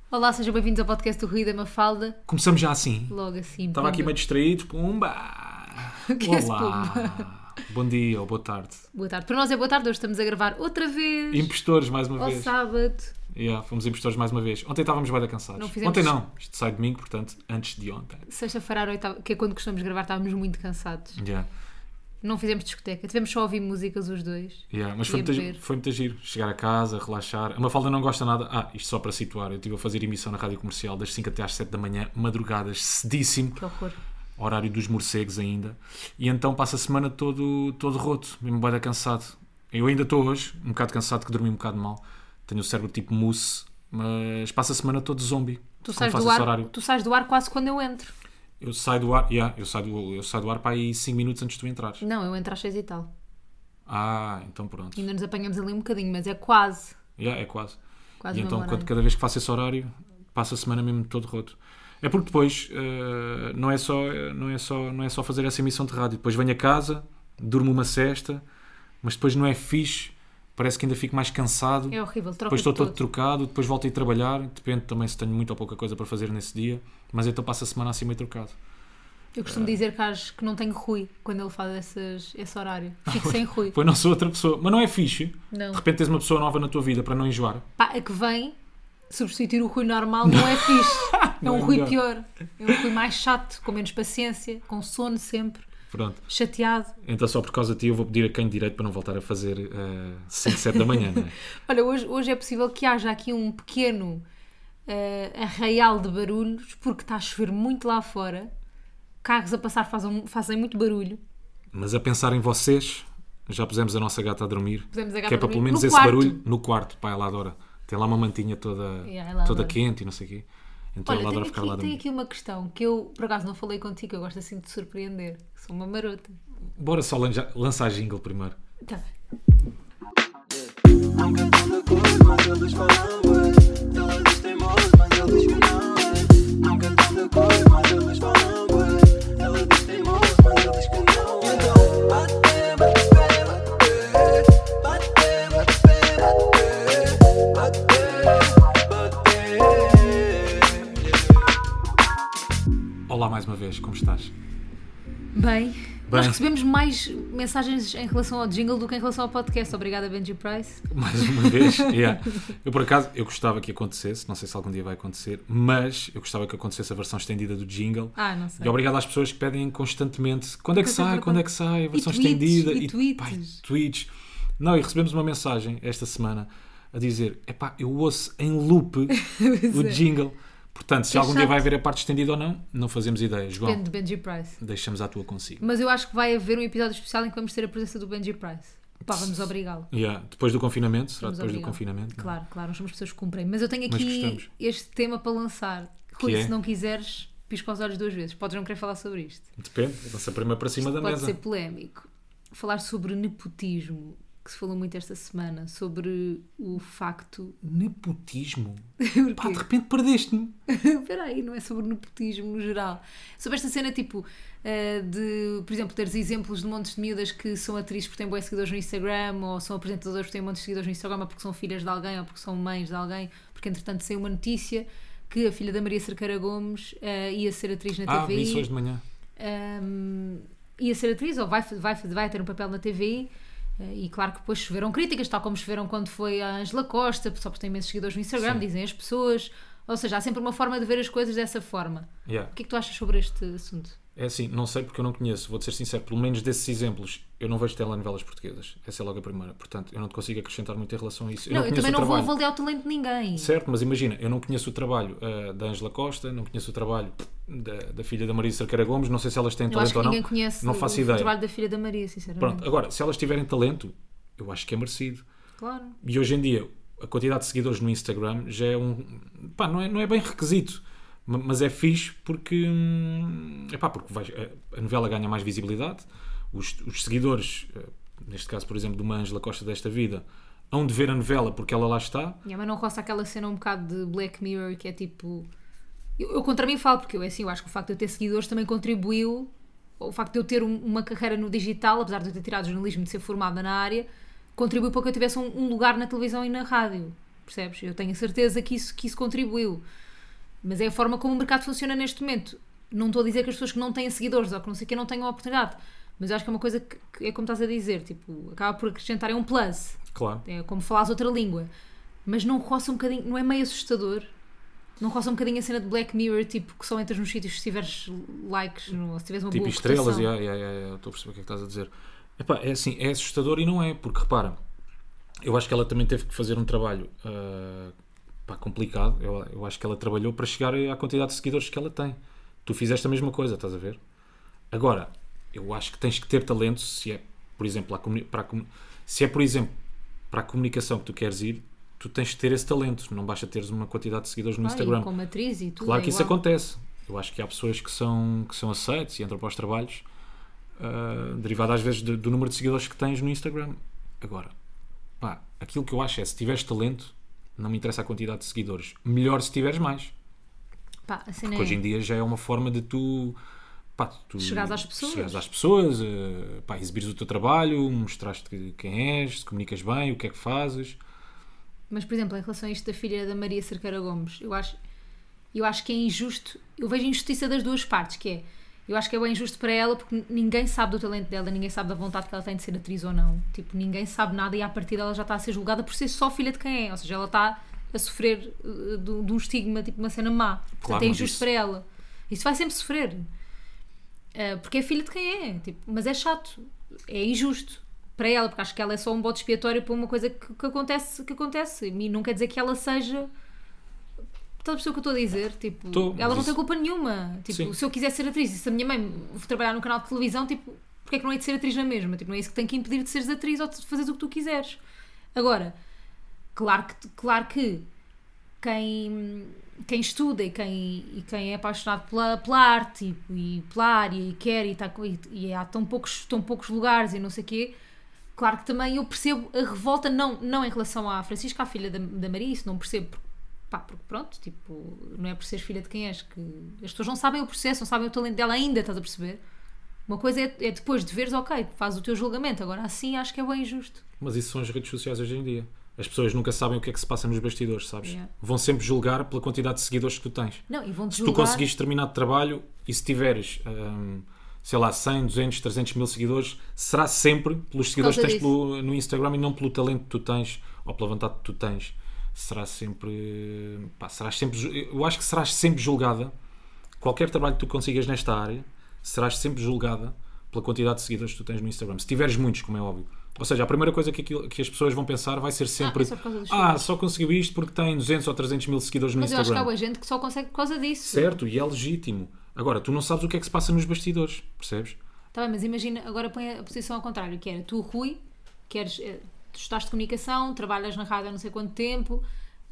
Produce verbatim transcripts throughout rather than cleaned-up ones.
Olá, sejam bem-vindos ao podcast do Rui da Mafalda. Começamos já assim. Logo assim, Estava aqui pumba. meio distraído. Pumba! O que é esse Olá! Bom dia ou boa tarde. Boa tarde. Para nós é boa tarde, hoje estamos a gravar outra vez. Impostores mais uma Ao vez. sábado. Yeah, fomos impostores mais uma vez. Ontem estávamos bem cansados. Não fizemos- Ontem não. Isto sai domingo, portanto, antes de ontem. Sexta-feira à noite, que é quando costumamos gravar, estávamos muito cansados. Yeah. Não fizemos discoteca, tivemos só a ouvir músicas os dois. Yeah. Mas E foi a muito, beber. foi muito giro. Chegar a casa, relaxar. A Mafalda não gosta nada. Ah, isto só para situar. Eu estive a fazer emissão na rádio comercial das cinco até às sete da manhã, madrugadas, cedíssimo. Que horror. Horário dos morcegos ainda, e então passa a semana todo, todo roto, mesmo bem cansado. Eu ainda estou hoje, um bocado cansado, que dormi um bocado mal, tenho o cérebro tipo mousse, mas passa a semana todo zombie. Tu Como sais, faço do esse ar, horário. tu sais do ar quase quando eu entro. Eu saio do ar, yeah, eu, saio do, eu saio do ar para aí cinco minutos antes de tu entrares. Não, eu entro às seis e tal. Ah, então pronto. Ainda nos apanhamos ali um bocadinho, mas é quase. Yeah, é quase. Quase E o então, mesmo quando, horário. cada vez que faço esse horário, passa a semana mesmo todo roto. É porque depois uh, não, é só, não, é só, não é só fazer essa emissão de rádio. Depois venho a casa, durmo uma cesta, mas depois não é fixe. Parece que ainda fico mais cansado. É horrível, troca Depois estou todo todo. trocado, depois volto a ir trabalhar. Depende também se tenho muita ou pouca coisa para fazer nesse dia. Mas então passo a semana assim meio trocado. Eu costumo dizer que, acho que não tenho Rui quando ele faz essas, esse horário. Fico sem Rui. Pois não sou outra pessoa. Mas não é fixe. Não. De repente tens uma pessoa nova na tua vida para não enjoar. Pá, a que vem substituir o Rui normal não é fixe. É Não um é Rui melhor. pior. É um Rui mais chato, com menos paciência, com sono sempre, Pronto. chateado. Então só por causa de ti eu vou pedir a quem de direito para não voltar a fazer cinco, sete da manhã, não é? Olha, hoje, hoje é possível que haja aqui um pequeno eh, arraial de barulhos, porque está a chover muito lá fora. Carros a passar fazem, fazem muito barulho. Mas a pensar em vocês, já pusemos a nossa gata a dormir. Pusemos a gata que é a para dormir pelo menos no esse quarto. barulho no quarto. Pá, ela adora. Tem lá uma mantinha toda, Yeah, ela toda adora. quente e não sei o quê. Então Olha, ela tenho adora ficar lá a aqui, tenho dormir. aqui uma questão que eu, por acaso, não falei contigo, eu gosto assim de te surpreender. Sou uma marota. Bora só lança- lançar a jingle primeiro. Tá bem. Nunca estão de acordo, mas eles falam bué. Ela diz teimoso, mas ele diz que não é. Nunca estão de acordo, mas eles falam bué. Ela diz teimoso, mas ele diz que não é. Então, bate, bate, bate, bate, bate, bate, bate. Olá mais uma vez, como estás? Bem, nós Bem. recebemos mais mensagens em relação ao jingle do que em relação ao podcast. Obrigada, Benji Price. Mais uma vez. Yeah. Eu por acaso, eu gostava que acontecesse, não sei se algum dia vai acontecer, mas eu gostava que acontecesse a versão estendida do jingle. Ah, não sei. E obrigado às pessoas que pedem constantemente quando é que Nunca sai, tive quando é que sai, a versão tweets, estendida. e tweets. Pai, tweets. Não, e recebemos uma mensagem esta semana a dizer: epá, eu ouço em loop o jingle. Portanto, se É algum dia chato. vai haver a parte estendida ou não, não fazemos ideia. João, Depende de Benji Price. deixamos à tua consigo. Mas eu acho que vai haver um episódio especial em que vamos ter a presença do Benji Price. Pá, vamos obrigá-lo. Yeah. Depois do confinamento, será Vamos depois do obrigá-lo. confinamento? não é? Claro, claro, nós somos pessoas que cumprem. Mas eu tenho Mas aqui gostamos. este tema para lançar. Rui, é? se não quiseres, pisca os olhos duas vezes. Podes não querer falar sobre isto. Depende, lança primeiro para cima da Pode mesa. ser polémico. Falar sobre nepotismo, que se falou muito esta semana, sobre o facto... Nepotismo? Porquê? Pá, de repente perdeste-me. Espera aí, não é sobre nepotismo no geral. Sobre esta cena, tipo, eh, de, por exemplo, teres exemplos de montes de miúdas que são atrizes porque têm bons seguidores no Instagram, ou são apresentadores porque têm montes de seguidores no Instagram, ou porque são filhas de alguém, ou porque são mães de alguém, porque entretanto saiu uma notícia que a filha da Maria Cerqueira Gomes eh, ia ser atriz na Ah, T V I. vi isso hoje de manhã. Um, ia ser atriz ou vai, vai, vai ter um papel na T V I. Uh, e claro que depois choveram críticas, tal como choveram quando foi a Ângela Costa, só porque tem imensos seguidores no Instagram, Sim. dizem as pessoas. Ou seja, há sempre uma forma de ver as coisas dessa forma. Yeah. O que é que tu achas sobre este assunto? É assim, não sei porque eu não conheço, vou-te ser sincero, pelo menos desses exemplos, eu não vejo telenovelas portuguesas. Essa é logo a primeira. Portanto, eu não te consigo acrescentar muito em relação a isso. Eu não, não, eu conheço também o não vou trabalho. avaliar o talento de ninguém. Certo, mas imagina, eu não conheço o trabalho uh, da Ângela Costa, não conheço o trabalho da, da filha da Maria Cerqueira Gomes, não sei se elas têm Eu acho talento que ou não. ninguém conhece não o, faço o ideia. trabalho da filha da Maria, sinceramente. Pronto, agora, se elas tiverem talento, eu acho que é merecido. Claro. E hoje em dia, a quantidade de seguidores no Instagram já é um... Pá, não é, não é bem requisito, ma- mas é fixe porque... hum, epá, porque vai- a- a novela ganha mais visibilidade, os, os seguidores, eh, neste caso, por exemplo, de uma Ângela Costa desta vida, hão de ver a novela porque ela lá está. Yeah, mas não roça aquela cena um bocado de Black Mirror que é tipo... Eu, eu contra mim falo, porque eu, é assim, eu acho que o facto de eu ter seguidores também contribuiu, o facto de eu ter um- uma carreira no digital, apesar de eu ter tirado jornalismo e de ser formada na área, contribuiu para que eu tivesse um, um lugar na televisão e na rádio. percebes? Eu tenho a certeza que isso, que isso contribuiu. Mas é a forma como o mercado funciona neste momento. Não estou a dizer que as pessoas que não têm seguidores ou que não sei o que não tenham oportunidade, mas eu acho que é uma coisa que, que é como estás a dizer, tipo, acaba por acrescentar, é um plus. Claro. É como falares outra língua. Mas não roça um bocadinho, não é meio assustador? Não roça um bocadinho a cena de Black Mirror, tipo, que só entras nos sítios se tiveres likes, ou se tiveres uma Tipo boa estrelas, reputação. yeah, yeah, yeah, yeah, estou a perceber o que é que estás a dizer. Epá, é assim, é assustador e não é, porque repara, eu acho que ela também teve que fazer um trabalho ah, pá, complicado. Eu, eu acho que ela trabalhou para chegar à quantidade de seguidores que ela tem. Tu fizeste a mesma coisa, estás a ver? Agora, eu acho que tens que ter talento se é, por exemplo, a comuni- para a comu- se é, por exemplo, para a comunicação que tu queres ir, tu tens de ter esse talento. Não basta teres uma quantidade de seguidores no Ah, e Instagram. como atriz e tudo. Claro é que isso igual. acontece. Eu acho que há pessoas que são, que são aceites e entram para os trabalhos ah, derivado às vezes do, do número de seguidores que tens no Instagram. Agora, pá, aquilo que eu acho é, se tiveres talento, não me interessa a quantidade de seguidores. Melhor se tiveres mais. Pá, a cena Porque hoje é- em dia já é uma forma de tu, pá, tu Chegares às pessoas. chegares às pessoas, eh, pá, exibires o teu trabalho, mostraste quem és, se comunicas bem, o que é que fazes. Mas, por exemplo, em relação a isto da filha da Maria Cerqueira Gomes, eu acho, eu acho que é injusto. Eu vejo injustiça das duas partes, que é, eu acho que é bem injusto para ela porque ninguém sabe do talento dela, ninguém sabe da vontade que ela tem de ser atriz ou não. Tipo, ninguém sabe nada e à partida ela já está a ser julgada por ser só filha de quem é. Ou seja, ela está a sofrer uh, de, de um estigma, tipo uma cena má. Portanto, Claro, é mas injusto isso- para ela. Isso vai sempre sofrer. Uh, porque é filha de quem é. Tipo, mas é chato. É injusto para ela, porque acho que ela é só um bode expiatório para uma coisa que, que acontece, que acontece. E não quer dizer que ela seja. Estás a perceber o que eu estou a dizer? Tipo, Tô, ela mas não isso- tem culpa nenhuma. Tipo, Sim. se eu quiser ser atriz e se a minha mãe trabalhar num canal de televisão, tipo, porque é que não é de ser atriz na mesma? Tipo, não é isso que tem que impedir de seres atriz ou de fazeres o que tu quiseres. Agora, claro que, claro que quem, quem estuda e quem, e quem é apaixonado pela, pela arte tipo, e pela área e quer e, tá, com- e, e há tão poucos, tão poucos lugares e não sei o quê, claro que também eu percebo a revolta, não, não em relação à Francisca, à filha da, da Maria, isso não percebo, porque, pá, porque pronto, tipo, não é por seres filha de quem és que as pessoas não sabem o processo, não sabem o talento dela ainda, estás a perceber? Uma coisa é, é depois de veres, ok, faz o teu julgamento, agora assim acho que é bem injusto. Mas isso são as redes sociais hoje em dia. As pessoas nunca sabem o que é que se passa nos bastidores, sabes? Yeah. Vão sempre julgar pela quantidade de seguidores que tu tens. Não, e vão-te Se tu julgar. conseguires determinado trabalho e se tiveres, hum, sei lá, cem, duzentos, trezentos mil seguidores, será sempre pelos seguidores que causa tens pelo- no Instagram e não pelo talento que tu tens ou pela vontade que tu tens. Será sempre. Pá, serás sempre. ju- Eu acho que serás sempre julgada. Qualquer trabalho que tu consigas nesta área, serás sempre julgada pela quantidade de seguidores que tu tens no Instagram. Se tiveres muitos, como é óbvio. Ou seja, a primeira coisa que, aquilo- que as pessoas vão pensar vai ser sempre: é só por causa dos ah, seguidores." só conseguiu isto porque tem duzentos ou trezentos mil seguidores no Mas eu acho que há Instagram. boa gente que só consegue por causa disso. Certo, e é legítimo. Agora, tu não sabes o que é que se passa nos bastidores, percebes? Tá bem, mas imagina, agora põe a posição ao contrário, que era tu, Rui, queres, eh, tu estudaste comunicação, trabalhas na rádio há não sei quanto tempo,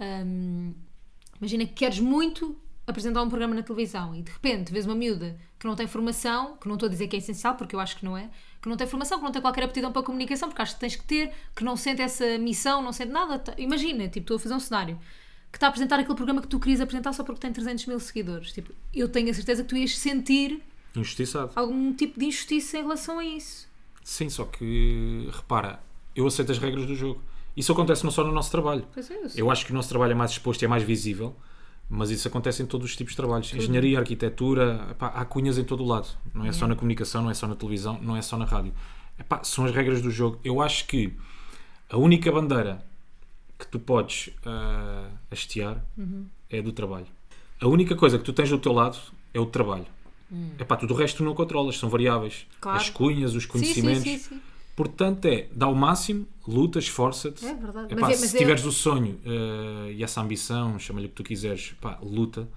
hum, imagina que queres muito apresentar um programa na televisão e de repente vês uma miúda que não tem formação, que não estou a dizer que é essencial, porque eu acho que não é, que não tem formação, que não tem qualquer aptidão para a comunicação, porque acho que tens que ter, que não sente essa missão, não sente nada. Tá- Imagina, tipo, estou a fazer um cenário que está a apresentar aquele programa que tu querias apresentar só porque tem trezentos mil seguidores. Tipo, eu tenho a certeza que tu ias sentir Injustiçado. algum tipo de injustiça em relação a isso. Sim, só que, repara, eu aceito as regras do jogo. Isso acontece não só no nosso trabalho. Pois é, eu sei. Eu acho que o nosso trabalho é mais exposto e é mais visível, mas isso acontece em todos os tipos de trabalhos. Engenharia, arquitetura, epá, há cunhas em todo o lado. Não é só na comunicação, não é só na televisão, não é só na rádio. Epá, são as regras do jogo. Eu acho que a única bandeira que tu podes ah, hastear é a do trabalho. A única coisa que tu tens do teu lado é o trabalho. Epá, tudo o resto tu não controlas, são variáveis. Claro. As cunhas, os Sim, conhecimentos. sim, sim, sim. Portanto, é, dá o máximo, luta, esforça-te. É verdade. Epá, Mas é- se mas é- tiveres o sonho eh, e essa ambição, chama-lhe o que tu quiseres, pá, luta.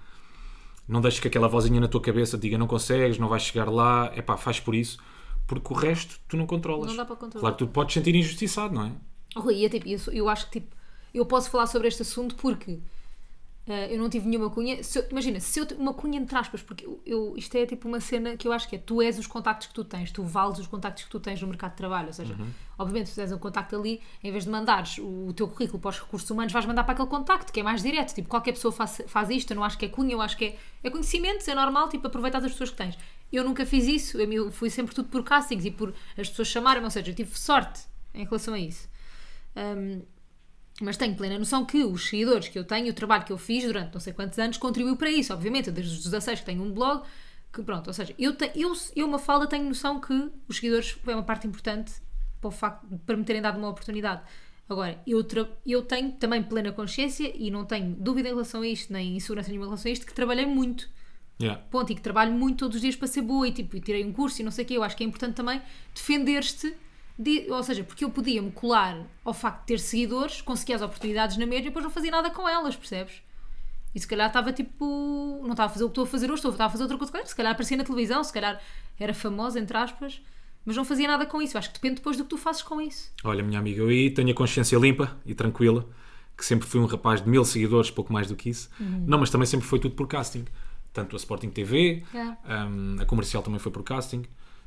Não deixes que aquela vozinha na tua cabeça te diga não consegues, não vais chegar lá, epá, faz por isso. Porque o resto tu não controlas. Não dá para controlar. Claro que tu podes sentir injustiçado, não é? Oh, Rui, eu, tipo, eu, sou- eu acho que tipo, eu posso falar sobre este assunto porque eh, eu não tive nenhuma cunha. Se eu- imagina, se eu te- uma cunha entre aspas, porque eu, eu- isto é tipo uma cena que eu acho que é tu és os contactos que tu tens, tu vales os contactos que tu tens no mercado de trabalho. Ou seja, obviamente, se fizeres um contacto ali, em vez de mandares o, o teu currículo para os recursos humanos, vais mandar para aquele contacto que é mais direto. Tipo, qualquer pessoa faz, faz isto, eu não acho que é cunha, eu acho que é, é conhecimento, é normal, tipo, aproveitar as pessoas que tens. Eu nunca fiz isso, eu eu fui sempre tudo por castings e por as pessoas chamarem-me, ou seja, eu tive sorte em relação a isso. Hum, Mas tenho plena noção que os seguidores que eu tenho, o trabalho que eu fiz durante não sei quantos anos, contribuiu para isso. Obviamente, eu desde os dezasseis que tenho um blog, que pronto, ou seja, eu, te, eu, eu Mafalda, tenho noção que os seguidores é uma parte importante para, o facto, para me terem dado uma oportunidade. Agora, eu, tra- eu tenho também plena consciência e não tenho dúvida em relação a isto, nem insegurança nenhuma em relação a isto, que trabalhei muito. Yeah. Ponto, e que trabalho muito todos os dias para ser boa e tipo, e tirei um curso e não sei o quê. Eu acho que é importante também defender-te, de, ou seja, porque eu podia-me colar ao facto de ter seguidores, conseguir as oportunidades na mesma e depois não fazia nada com elas, percebes? E se calhar estava tipo, não estava a fazer o que estou a fazer hoje, estava a fazer outra coisa, se calhar aparecia na televisão, se calhar era famosa, entre aspas, mas não fazia nada com isso. Eu acho que depende depois do que tu fazes com isso. Olha, minha amiga, eu aí tenho a consciência limpa e tranquila, que sempre fui um rapaz de mil seguidores, pouco mais do que isso. Uhum. Não, mas também sempre foi tudo por casting. Tanto a Sporting T V, Yeah. um, a Comercial também foi por casting.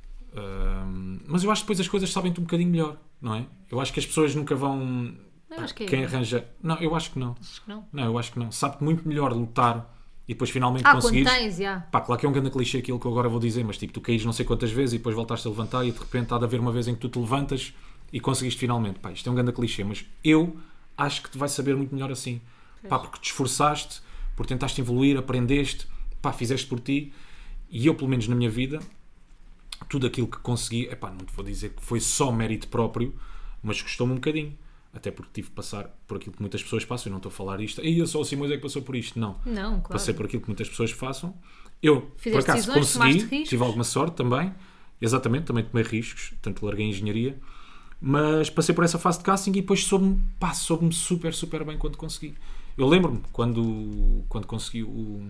Um, mas eu acho que depois as coisas sabem-te um bocadinho melhor, não é? Eu acho que as pessoas nunca vão... Eu acho que é. Quem arranja... Não, eu acho que não. Acho que não. Não, eu acho que não. Sabe-te muito melhor lutar e depois finalmente Ah, conseguires... quando tens, já. Pá, claro que é um grande clichê aquilo que eu agora vou dizer, mas tipo, tu caís não sei quantas vezes e depois voltaste a levantar e de repente há de haver uma vez em que tu te levantas e conseguiste finalmente. Pá, isto é um grande clichê, mas eu acho que te vai saber muito melhor assim. Pá, porque te esforçaste, porque tentaste evoluir, aprendeste, pá, fizeste por ti. E eu, pelo menos na minha vida, tudo aquilo que consegui, epá, não te vou dizer que foi só mérito próprio, mas custou-me um bocadinho. Até porque tive que passar por aquilo que muitas pessoas passam. Eu não estou a falar isto. E eu só o Simões é que passou por isto. Não. Não, claro. Passei por aquilo que muitas pessoas façam. Eu, Fizeste por acaso, decisões, tomaste consegui. riscos. Tive alguma sorte também. Exatamente, também tomei riscos. Tanto larguei em engenharia. Mas passei por essa fase de casting e depois soube-me, pá, soube-me super, super bem quando consegui. Eu lembro-me quando, quando consegui o,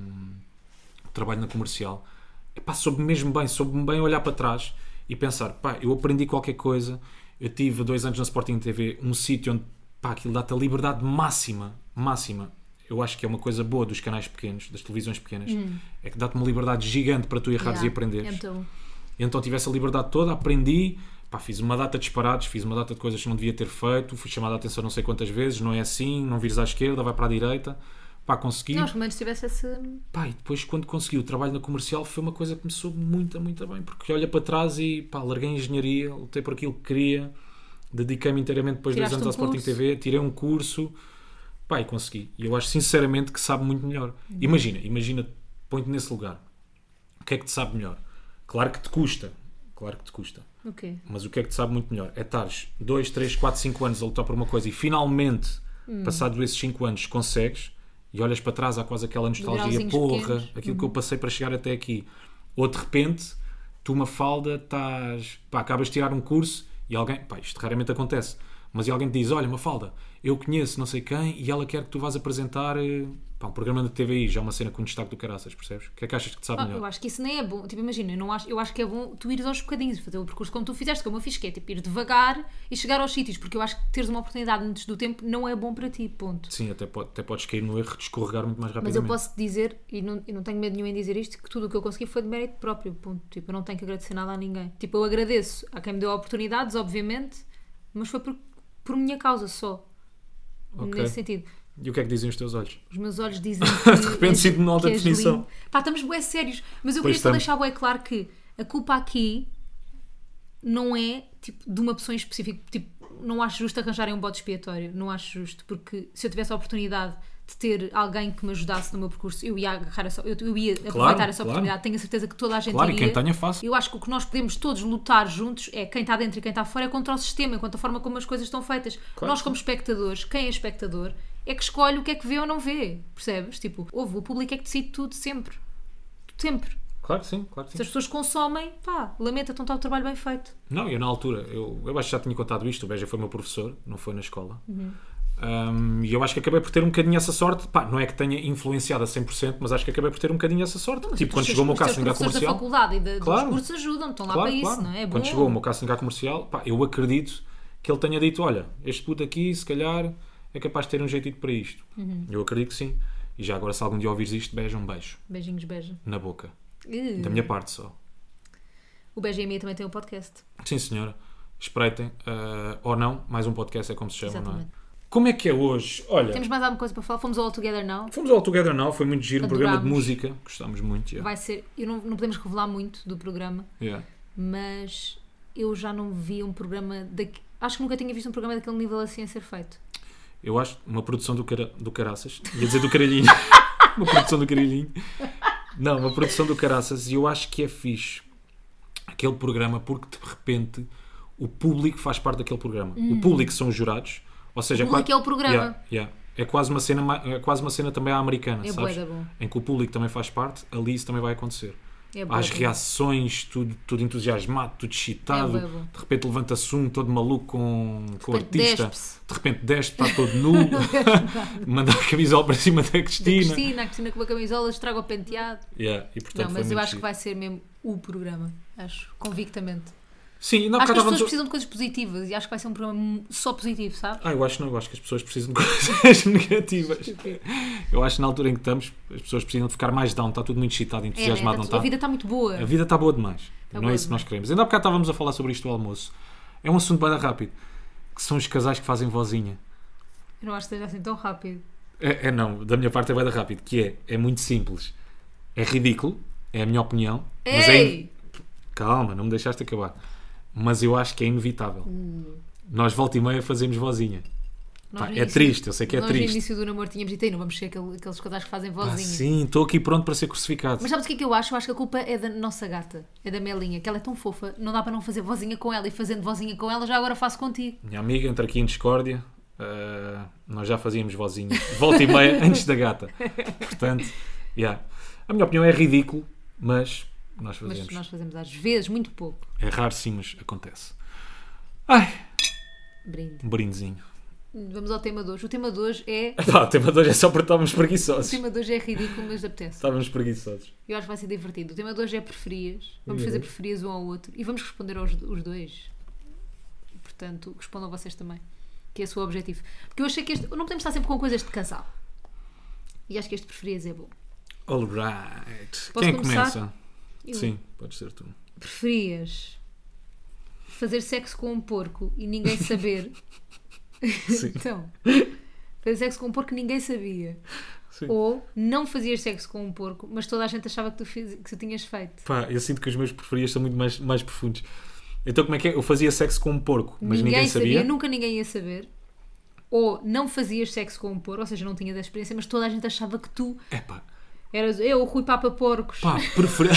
o trabalho na Comercial. Epá, soube-me mesmo bem. Soube-me bem olhar para trás e pensar, pá, eu aprendi qualquer coisa. Eu tive dois anos na Sporting T V, um sítio onde, pá, aquilo dá-te a liberdade máxima, máxima. Eu acho que é uma coisa boa dos canais pequenos, das televisões pequenas, é que dá-te uma liberdade gigante para tu errares Yeah, e aprenderes. é muito bom. E então tive essa liberdade toda, aprendi, pá, fiz uma data de disparados, fiz uma data de coisas que não devia ter feito, fui chamado a atenção não sei quantas vezes, não é assim, não vires à esquerda, vai para a direita, pá, consegui. Não, os romanos tivesse esse... Pá, e depois quando consegui o trabalho na Comercial foi uma coisa que me soube muito, muito bem, porque olha para trás e, pá, larguei a engenharia, lutei por aquilo que queria, dediquei-me inteiramente depois de dois Tiraste anos um à Sporting curso. T V, tirei um curso, pá, e consegui. E eu acho sinceramente que sabe muito melhor. Uhum. Imagina, imagina, põe-te nesse lugar. O que é que te sabe melhor? Claro que te custa, claro que te custa. O quê? Mas o que é que te sabe muito melhor? É estares dois, três, quatro, cinco anos a lutar por uma coisa e finalmente, Hum. passados esses cinco anos, consegues e olhas para trás, há quase aquela nostalgia, grauzinhos porra, pequenos. aquilo que eu passei para chegar até aqui. Ou de repente, tu, Mafalda, estás, pá, acabas de tirar um curso e alguém, pá, isto raramente acontece, mas e alguém te diz, olha, Mafalda, eu conheço não sei quem e ela quer que tu vás apresentar, eh, pá, um programa da T V I, já é uma cena com destaque do caraças, percebes? O que é que achas que te sabe Ah, melhor? eu acho que isso nem é bom. Tipo, imagina, eu, não acho, eu acho que é bom tu ires aos bocadinhos, fazer o percurso como tu fizeste, como eu fiz, que é tipo ir devagar e chegar aos sítios, porque eu acho que teres uma oportunidade antes do tempo não é bom para ti, ponto. Sim, até, pode, até podes cair no erro de escorregar muito mais rapidamente. Mas eu posso dizer, e não, e não tenho medo nenhum em dizer isto, que tudo o que eu consegui foi de mérito próprio, ponto. Tipo, eu não tenho que agradecer nada a ninguém. Tipo, eu agradeço a quem me deu oportunidades, obviamente, mas foi por, por minha causa só. Ok. Nesse sentido. E o que é que dizem os teus olhos? Os meus olhos dizem que. De repente sinto de alta que és definição. lindo. Pá, estamos bué sérios. Mas eu Pois queria só estamos. deixar bué claro que a culpa aqui não é tipo, de uma pessoa em específico. Tipo, não acho justo arranjarem um bode expiatório. Não acho justo, porque se eu tivesse a oportunidade de ter alguém que me ajudasse no meu percurso, eu ia agarrar essa, eu, eu ia aproveitar essa claro. oportunidade. Tenho a certeza que toda a gente Claro, e iria. quem tenha fácil. Eu acho que o que nós podemos todos lutar juntos é quem está dentro e quem está fora é contra o sistema, enquanto a forma como as coisas estão feitas. Claro nós, que como espectadores, quem é espectador, é que escolhe o que é que vê ou não vê. Percebes? Tipo, ouve, o público é que decide tudo sempre. Sempre. Claro que sim, claro que Se sim. as pessoas consomem, pá, lamenta, então está o trabalho bem feito. Não, eu na altura, eu, eu acho que já tinha contado isto, o Beja foi meu professor, não foi na escola. Um, e eu acho que acabei por ter um bocadinho essa sorte. Pá, não é que tenha influenciado a cem por cento, mas acho que acabei por ter um bocadinho essa sorte. tipo, quando Os chegou o meu teus- os casting teus à professores da comercial. faculdade e da, Claro. dos cursos ajudam, estão lá Claro, para isso, claro. não é? É Quando bom. chegou o meu casting à comercial, pá, eu acredito que ele tenha dito: olha, este puto aqui, se calhar, é capaz de ter um jeitinho para isto. Uhum. Eu acredito que sim. E já agora, se algum dia ouvires isto, beija um beijo Beijinhos, beija. na boca. Uh. Da minha parte só. O Beija e a Mia também tem um podcast. Sim, senhora. Espreitem. uh, ou não, mais um podcast é como se chama, não é? Exatamente. Como é que é hoje? Olha, Temos mais alguma coisa para falar? Fomos ao All Together Now. fomos ao Together Now, foi muito giro, um programa de Adorámos. música. Gostámos muito. Yeah. Vai ser. Eu não, não podemos revelar muito do programa, Yeah. mas eu já não vi um programa daqui. Acho que nunca tinha visto um programa daquele nível assim a ser feito. Eu acho uma produção do, cara, do Caraças. Ia dizer do Caralhinho. Uma produção do Caralhinho. Não, uma produção do Caraças. E eu acho que é fixe aquele programa porque de repente o público faz parte daquele programa. O público são os jurados. Ou seja, O público é o programa. Yeah, yeah. É quase uma cena, ma- é quase uma cena também à americana, É sabes? bué da bom. Em que o público também faz parte, ali isso também vai acontecer. É bué As da bom. reações, tudo, tudo entusiasmado, tudo excitado, É bué bom. de repente levanta-se um todo maluco com, com o repente artista, despe-se. de repente desce, está todo nu, manda a camisola para cima da Da Cristina. Cristina, a Cristina com uma camisola, estraga o penteado. Yeah, e, portanto, Não, foi mas eu muito acho que giro. vai ser mesmo o programa. Acho, convictamente. Sim, não, Acho que as estávamos pessoas a- precisam de coisas positivas e acho que vai ser um programa só positivo, sabes? Ah, eu acho que não, eu acho que as pessoas precisam de coisas negativas. Eu acho que na altura em que estamos, as pessoas precisam de ficar mais down, está tudo muito excitado, É, né? entusiasmado, Tá- não está? A vida está muito boa. A vida está boa demais. Tá não boa é isso que nós demais. queremos. Ainda há bocado estávamos a falar sobre isto do almoço. É um assunto bem rápido. Que são os casais que fazem vozinha. Eu não acho que esteja assim tão rápido. É, é não, da minha parte é bem rápido. Que é, é muito simples. É ridículo, é a minha opinião. Mas é in- Ei! Calma, não me deixaste acabar. Mas eu acho que é inevitável. Hum. Nós volta e meia fazemos vozinha. Nós Pá, no é início- triste, eu sei que é nós no triste. início do namoro tínhamos dito, "Ei, não vamos ser aquele- aqueles casais que fazem Ah, vozinha." sim, estou aqui pronto para ser crucificado. Mas sabes o que é que eu acho? Eu acho que a culpa é da nossa gata, é da Melinha, que ela é tão fofa, não dá para não fazer vozinha com ela, e fazendo vozinha com ela já agora faço contigo. Minha amiga entra aqui em discórdia. Uh, nós já fazíamos vozinha. Volta e meia antes da gata. Portanto, yeah. A minha opinião é ridículo, mas nós Mas fazemos. nós fazemos às vezes, muito pouco. É raro sim, mas acontece. Ai, Brinde. um brindezinho. Vamos ao tema de hoje. O tema de hoje é. Pá, o tema de hoje é só porque estávamos O preguiçosos. tema de hoje é ridículo, mas apetece. Estávamos preguiçosos. Eu acho que vai ser divertido. O tema de hoje é preferias. Vamos Uhum. fazer preferias um ao outro e vamos responder aos os dois. Portanto, respondam vocês também. Que é o seu objetivo. Porque eu achei que este. Não podemos estar sempre com coisas de casal. E acho que este preferias é bom. Alright. Posso Quem começar? começa? Eu. Sim, pode ser tu. Preferias fazer sexo com um porco e ninguém saber. Sim. Então, fazer sexo com um porco e ninguém sabia. Sim. Ou não fazias sexo com um porco, mas toda a gente achava que tu, fiz, que tu tinhas feito. Pá, eu sinto que os meus preferidos são muito mais, mais profundos. Então, como é que é? Eu fazia sexo com um porco, mas ninguém, sabia. nunca ninguém ia saber. Ou não fazias sexo com um porco, ou seja, não tinhas a experiência, mas toda a gente achava que tu É pá, eras eu, o Rui Papa Porcos. pá, preferia.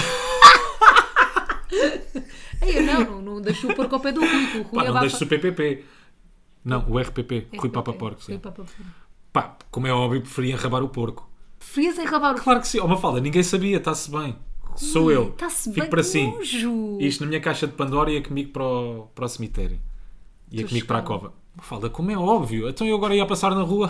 Ei, eu não, não, não deixo o porco ao pé do Rui, que o Rui Pá, não abafa- deixes o P P P. Não, o R P P, Rui R P P, Papa Porco. Rui Sim. Papa Porco. Pá, como é óbvio, preferia enrabar o porco. Preferias enrabar o Claro que sim. Oh, Mafalda, ninguém sabia, está-se bem. Sou eu. Está-se Fico bem, para que si. nojo. Isto na minha caixa de Pandora ia comigo para o, para o cemitério. Ia Tu comigo para a chocada. cova. Mafalda, como é óbvio. Então eu agora ia passar na rua.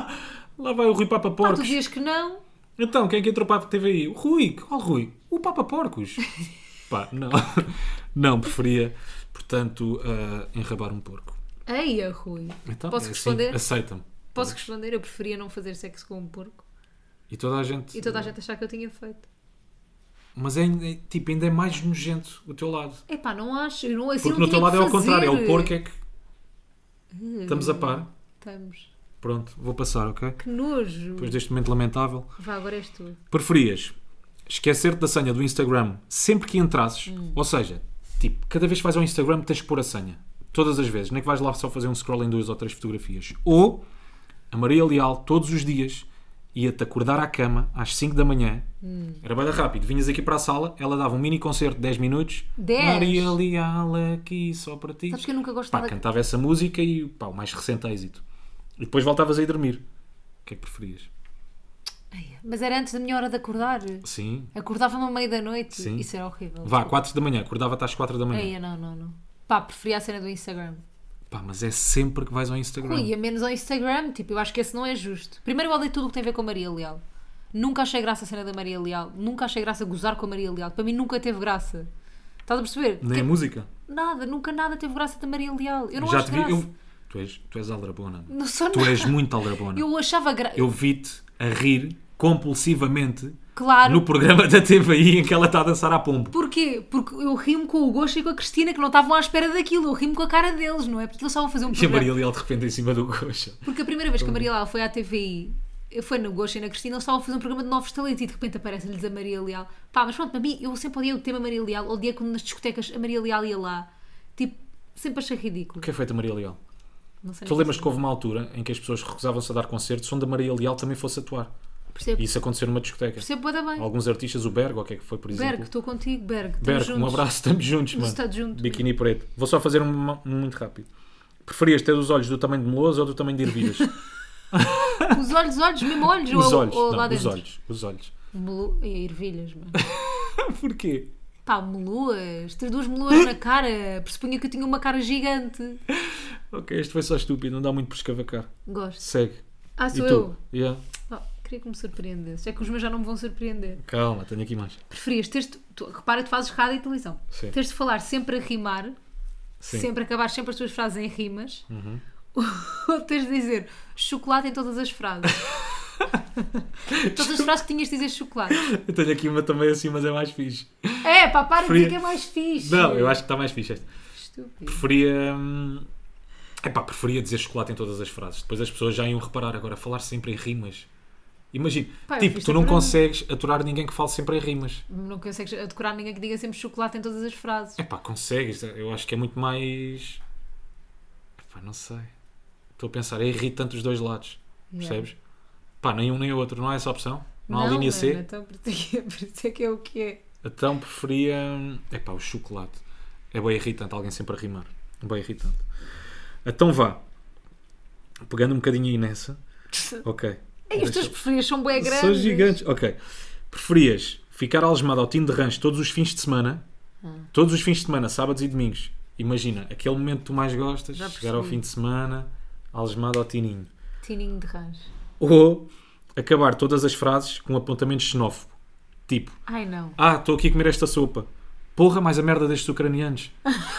Lá vai o Rui Papa Pá, tu Porcos. dizias que não. Então, quem é que entrou para a T V I? O Rui. Qual Rui? O Papa Porcos. Pá, não. Não, preferia, portanto, uh, enrabar um porco. Eia, Rui. Então, Posso é assim, responder? aceita-me. Posso responder? Eu preferia não fazer sexo com um porco E toda a gente... e toda a gente achar que eu tinha feito. Mas é, é, tipo, ainda é mais nojento o teu lado. Epá, não acho. Eu não, assim Porque não no teu tinha lado é que ao contrário. É o fazer. porco é que... Estamos a par. Estamos. Pronto, vou passar, ok? Que nojo. Depois deste momento lamentável. Vá, agora és tu. Preferias esquecer-te da senha do Instagram sempre que entrasses? Hum. Ou seja, tipo, cada vez que vais ao Instagram tens que pôr a senha. Todas as vezes. Nem que vais lá só fazer um scroll em duas ou três fotografias. Ou a Maria Leal, todos os dias, ia-te acordar à cama às cinco da manhã. Hum. Era bem rápido. Vinhas aqui para a sala, ela dava um mini concerto de dez minutos. dez? Maria Leal aqui só para ti. Sabes que eu nunca gosto Pá, nada... cantava essa música e pá, o mais recente êxito. E depois voltavas a ir dormir. O que é que preferias? Ai, mas era antes da minha hora de acordar. Sim. Acordava-me à meia da noite. Sim. Isso era horrível. Vá, quatro da manhã. Acordava-te às quatro da manhã. Eia, não, não, não. Pá, preferia a cena do Instagram. Pá, mas é sempre que vais ao Instagram. Rui, ia menos ao Instagram. Tipo, eu acho que esse não é justo. Primeiro eu odeio tudo o que tem a ver com a Maria Leal. Nunca achei graça a cena da Maria Leal. Nunca achei graça gozar com a Maria Leal. Para mim nunca teve graça. Estás a perceber? Nem Porque a música. Nada, nunca nada teve graça da Maria Leal. Eu não Já acho te vi. graça. Eu... Tu, és, tu és aldrabona. Não sou Tu nada. és muito aldrabona. Eu achava graça. Eu vi-te a rir compulsivamente Claro. no programa da T V I em que ela está a dançar à pombo. Porquê? Porque eu rio-me com o Gosto e com a Cristina que não estavam à espera daquilo. Eu rio-me com a cara deles, não é? Porque eles estavam a fazer um E a programa. Maria Leal de repente em cima do coxa. Porque a primeira vez que a Maria Leal foi à T V I, foi no Gosto e na Cristina, eles estavam a fazer um programa de novos talentos e de repente aparece-lhes a Maria Leal. Pá, mas pronto, para mim, eu sempre odiei o tema Maria Leal. Odiei quando nas discotecas a Maria Leal ia lá. Tipo, sempre achei ridículo. O que é feito a Maria Leal? Não sei Tu nem lembras sei. que houve uma altura em que as pessoas recusavam-se a dar concertos onde a Maria Leal também fosse atuar. Percebo, E isso aconteceu numa discoteca. percebo bué da bem. Alguns artistas, o Berg, ou o que é que foi, por exemplo. Berg, estou contigo, Berg. estamos Berg, um juntos. abraço, estamos juntos, Vamos mano. estar juntos. Biquíni preto. Vou só fazer um, um muito rápido. Preferias ter os olhos do tamanho de meloso ou do tamanho de ervilhas? Os olhos, olhos, mesmo olhos? Os ou, olhos, ou não, lá os dentro? olhos, os olhos. Melu... E ervilhas, mano. Porquê? Pá, meluas. Ter duas meluas na cara. Pressupunha que eu tinha uma cara gigante. Ok, este foi só estúpido, não dá muito por escavacar. Gosto. Segue. Ah, E sou tu? eu. Yeah. Oh, queria que me surpreendesse. É que os meus já não me vão surpreender. Calma, tenho aqui mais. Preferias teres... Tu, repara, tu fazes rádio e televisão. Sim. Teres de falar sempre a rimar. Sim. Uhum. Sempre acabar sempre as tuas frases em rimas. Ou teres de dizer chocolate em todas as frases. Todas as frases que tinhas de dizer chocolate. Eu tenho aqui uma também assim, mas é mais fixe. É, pá, para de Preferia- dizer que é mais fixe. Não, eu acho que está mais fixe esta. Estúpido. Preferia. hum, Epá, preferia dizer chocolate em todas as frases. Depois as pessoas já iam reparar. Agora, falar sempre em rimas. Imagina, Pá, eu tipo, fiz tu não sempre- consegues aturar ninguém que fale sempre em rimas. Não consegues decorar ninguém que diga sempre chocolate em todas as frases. Epá, consegues. Eu acho que é muito mais. Epá, não sei. Estou a pensar, é irritante os dois lados. Yeah. Percebes? Pá, nem um nem o outro. Não há essa opção? Não, há linha C? mano, então por isso é que- por isso é que é o que é. Então preferia. Epá, o chocolate. É bem irritante alguém sempre a rimar. Bem irritante. Então vá. Pegando um bocadinho aí nessa. Ok. Ei, os teus preferias são bem grandes. São gigantes. Ok. Preferias ficar algemado ao tino de rancho todos os fins de semana? Ah. Todos os fins de semana, sábados e domingos. Imagina, aquele momento que tu mais gostas, Já chegar ao percebi. fim de semana, algemado ao tininho. Tininho de rãs. Ou acabar todas as frases com apontamentos xenófobo. Tipo, Ai não. ah, estou aqui a comer esta sopa. Porra, mais a merda destes ucranianos.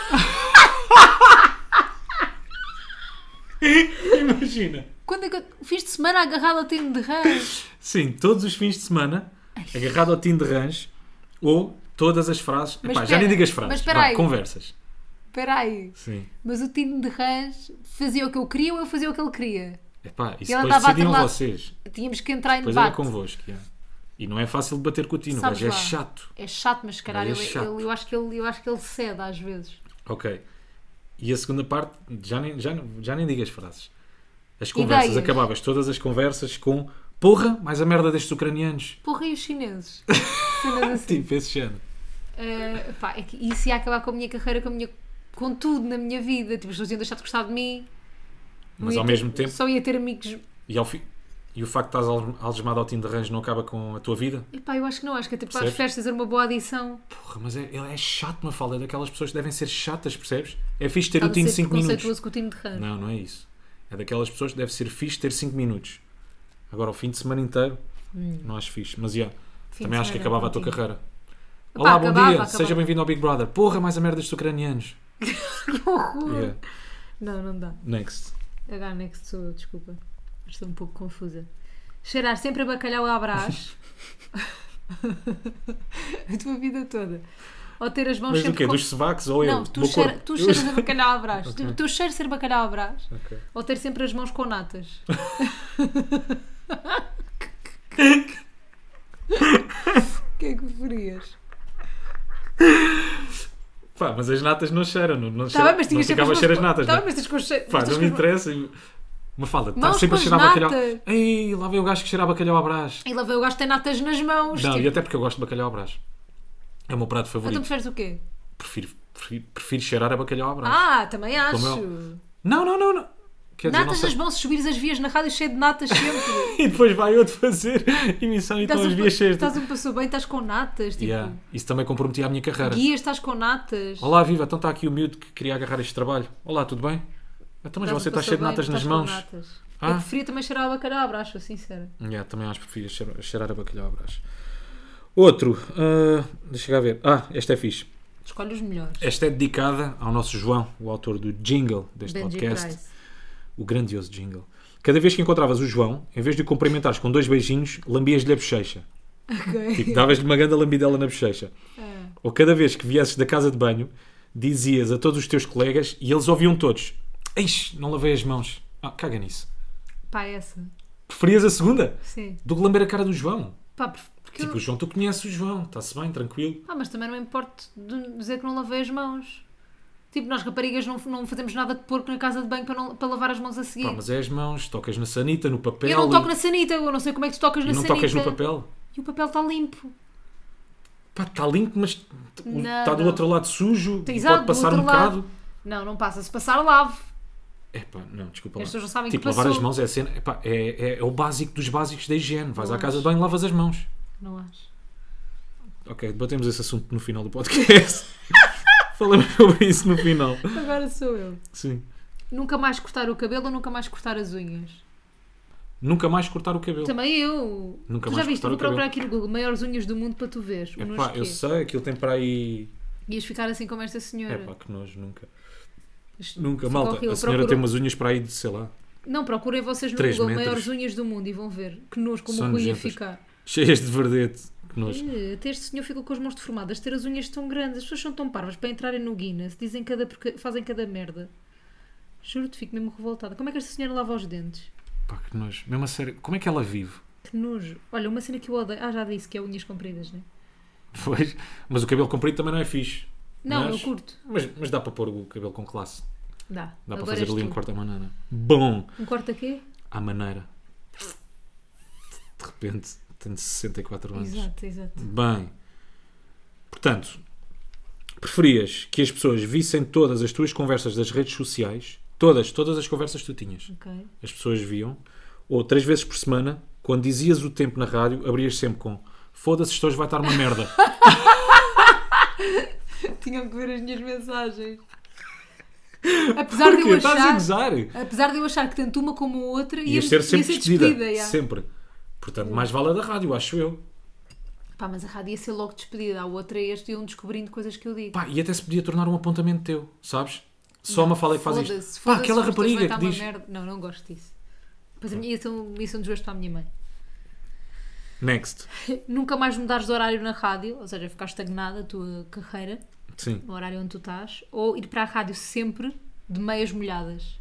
Imagina. Quando é que eu fiz de semana agarrado ao tino de rãs? Sim, todos os fins de semana, agarrado ao tino de rancho, ou todas as frases. Mas Epá, já espera, nem digas mas frases, espera vá, aí. conversas. Espera aí. Sim. Mas o tino de rãs fazia o que eu queria ou eu fazia o que ele queria? Epá, isso E ela depois andava a decidiam trollar- vocês. Tínhamos que entrar em Depois era debate. convosco. yeah. E não é fácil debater com o Tino, o Sabes gajo é lá. chato. É chato, mas se calhar Mas é ele- chato. ele- eu, acho que ele, eu acho que ele cede às vezes. Ok. E a segunda parte, já nem, já, já nem digas frases. As conversas, Ideias. acabavas todas as conversas com porra, mais a merda destes ucranianos. Porra, e os chineses? Cenas assim. Tipo, esse género. Uh, pá, é que isso ia acabar com a minha carreira, com, a minha, com tudo na minha vida. Tipo, as pessoas iam deixar de gostar de mim. Não Mas ia ao ter- mesmo tempo, Só ia ter amigos. e, ao fi... e o facto de estás al- algemado ao Tino de rancho não acaba com a tua vida? Epá, eu acho que não, acho que até para as Percebes? festas era uma boa adição. Porra, mas é, ele é chato, uma falda. É daquelas pessoas que devem ser chatas, percebes? É fixe ter Estás o a Tino ser cinco minutos. preconceituoso com o time de rã. Não, não é isso. É daquelas pessoas que deve ser fixe ter cinco minutos. Agora, o fim de semana inteiro, não acho fixe. Mas, já, Fim também de acho que semana acabava a tua contigo. carreira. Epá, Olá, bom acabava, dia. acabava. Seja bem-vindo ao Big Brother. Porra, mais a merda destes ucranianos. Que horror! Yeah. Não, não dá. Next. H next sou eu, desculpa. Estou um pouco confusa. Cheirar sempre a bacalhau à brás. A tua vida toda. Ou ter as mãos Mas do sempre quê? com- Dos sovacos ou eu? Não, Do tu, meu cheira, corpo? tu Eu- cheiras a bacalhau à brás. Ok. O teu cheiro ser bacalhau à brás. Ok. Ou ter sempre as mãos com natas. O que é que preferias? Pá, mas as natas não cheiram. Não, não, Tá cheira, bem, mas não tinhas sempre ficava a as cheirar as mãos natas. com... Tá não bem, é? mas tens com cheiro... Pá, mas não tens me com- interessa. Uma falda. Está Mãos sempre a com cheirar bacalhau. natas. Ei, lá veio o gajo que cheira bacalhau à brás. E lá veio o gajo que tem natas nas mãos. Não, tipo... e até porque eu gosto de bacalhau à brás. É o meu prato Então favorito. preferes o quê? Prefiro, prefiro, prefiro cheirar a bacalhau à brás. Ah, também acho. Como Não, não, não, não. Quer dizer, não Natas sei. nas mãos, se subires as vias na rádio cheio de natas sempre. E depois vai outro fazer emissão e estão Estás as um, vias cheias. estás um passou bem, estás com natas. Tipo, Yeah. Isso também comprometia a minha carreira. guias, estás com natas. Olá, viva, então está aqui o miúdo que queria agarrar este trabalho. Olá, tudo bem? Então, mas Estás você um está passou cheio de bem, natas nas estás com mãos. natas. Ah. Eu preferia também cheirar a bacalhau à brás, sou sincera. Yeah, também acho que prefiro cheirar, cheirar a bacalhau à brás. Outro, ah, deixa eu ver. Ah, esta é fixe. Escolhe os melhores. Esta é dedicada ao nosso João, o autor do jingle deste Benji podcast. Price. O grandioso jingle. Cada vez que encontravas o João, em vez de o cumprimentares com dois beijinhos, lambias-lhe a bochecha. Ok. Tipo, davas-lhe uma grande lambidela na bochecha. Ah. Ou cada vez que viesses da casa de banho, dizias a todos os teus colegas e eles ouviam todos: Eixe, não lavei as mãos. Ah, caga nisso. Pá, essa. Preferias a segunda? Sim. Do que lamber a cara do João. Pá, porque Tipo, eu... o João, tu conheces o João, está-se bem, tranquilo. Pá, mas também não me importo de dizer que não lavei as mãos. Tipo, nós raparigas não, não fazemos nada de porco na casa de banho para, não, para lavar as mãos a seguir. Pá, mas é as mãos, tocas na sanita, no papel. Eu não toco na sanita, eu não sei como é que tu tocas e na não sanita. tocas no papel. E o papel está limpo. Pá, está limpo, mas Não, está do não. outro lado sujo. Tem- e exato, pode passar do um outro lado. bocado. Não, não passa. Se passar, lave. É pá, não, desculpa lá. As pessoas não sabem tipo, que lavar passou. as mãos é, a cena, epá, é, é, é o básico dos básicos da higiene. Vais Não à casa acho. de banho e lavas as mãos. Não acho. Ok, debatemos esse assunto no final do podcast. Falamos sobre isso no final. Agora sou eu. Sim. Nunca mais cortar o cabelo ou nunca mais cortar as unhas? Nunca mais cortar o cabelo. Também eu. Nunca tu mais já viste? cortar Vou o procurar cabelo. aqui no Google maiores unhas do mundo para tu veres. O nojo Epá, que eu é. sei, aquilo tem para aí. Ias ficar assim como esta senhora. Epá, que nojo, nunca. Isto Nunca, ficou malta. horrível. A senhora Procura- tem umas unhas para aí de, sei lá, Não, procurem vocês no Três Google metros. maiores unhas do mundo e vão ver. Que nojo, como São o Rui ia nojentas. ficar. cheias de verdete. Que nojo. Eh, Até este senhor ficou com as mãos deformadas. Ter as unhas tão grandes. As pessoas são tão parvas para entrarem no Guinness. Dizem cada porca- fazem cada merda. Juro-te, fico mesmo revoltada. Como é que esta senhora lava os dentes? Pá, que nojo. Mesmo a sério. Como é que ela vive? Que nojo. Olha, uma cena que eu odeio. Ah, já disse que é unhas compridas, não é? Pois. Mas o cabelo comprido também não é fixe. Não, mas, eu curto. Mas, mas dá para pôr o cabelo com classe. Dá. Dá para Agora fazer és ali um tu. corte à maneira. Bom! Um corte a quê? À maneira. De repente tenho sessenta e quatro anos. Exato, exato. Bem. Portanto, preferias que as pessoas vissem todas as tuas conversas das redes sociais, todas, todas as conversas que tu tinhas, Ok. as pessoas viam, ou três vezes por semana, quando dizias o tempo na rádio, abrias sempre com foda-se, isto hoje vai estar uma merda. Tinham que ver as minhas mensagens. Apesar de Porquê? eu Estás a achar. gozar? Apesar de eu achar que tanto uma como a outra ia, Ias ser sempre ia ser despedida. já. Sempre. Portanto, mais vale a da rádio, acho eu. Pá, mas a rádio ia ser logo despedida. A outra este iam descobrindo coisas que eu digo. Pá, e até se podia tornar um apontamento teu, sabes? Só uma fala que faz isto. Foda-se, Pá, foda-se, aquela isto hoje vai rapariga estar que uma diz. merda. Não, não gosto disso. Pois a minha ia ser um, ia ser um desgosto para a minha mãe. Next. Nunca mais mudares de horário na rádio, ou seja, ficar estagnada a tua carreira, Sim. no horário onde tu estás, ou ir para a rádio sempre de meias molhadas.